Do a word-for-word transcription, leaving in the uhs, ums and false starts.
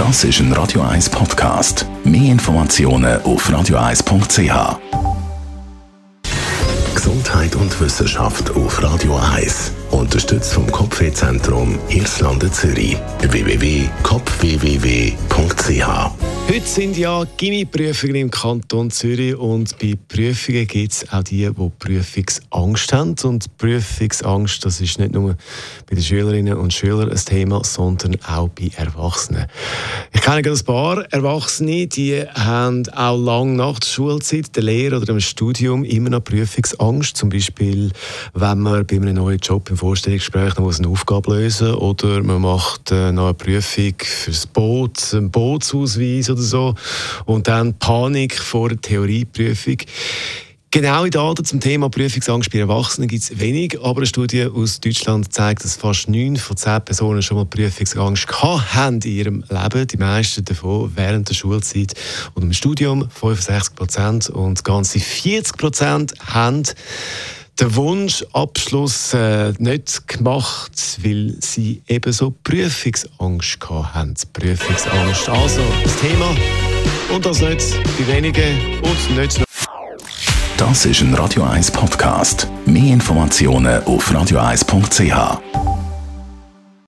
Das ist ein Radio eins Podcast. Mehr Informationen auf radio eins punkt c h. Gesundheit und Wissenschaft auf Radio eins. Unterstützt vom Kopfwehzentrum Irlande Zürich. w w w punkt kopf w w w punkt c h. Heute sind ja Gymi-Prüfungen im Kanton Zürich und bei Prüfungen gibt es auch die, die Prüfungsangst haben. Und Prüfungsangst, das ist nicht nur bei den Schülerinnen und Schülern ein Thema, sondern auch bei Erwachsenen. Ich kenne gerade ein paar Erwachsene, die haben auch lange nach der Schulzeit, der Lehre oder im Studium immer noch Prüfungsangst. Zum Beispiel, wenn man bei einem neuen Job im Vorstellungsgespräch noch eine Aufgabe lösen muss oder man macht äh, noch eine Prüfung fürs Boot, einen Bootsausweis oder so und dann Panik vor der Theorieprüfung. Genaue Daten zum Thema Prüfungsangst bei Erwachsenen gibt es wenig, aber eine Studie aus Deutschland zeigt, dass fast neun von zehn Personen schon mal Prüfungsangst gehabt haben in ihrem Leben. Die meisten davon während der Schulzeit und im Studium, fünfundsechzig Prozent, und ganze vierzig Prozent haben den Wunschabschluss äh, nicht gemacht, weil sie eben so Prüfungsangst gehabt haben. Prüfungsangst, also das Thema, und das nicht bei wenigen und nicht nur. Das ist ein Radio eins Podcast. Mehr Informationen auf radio eins punkt c h.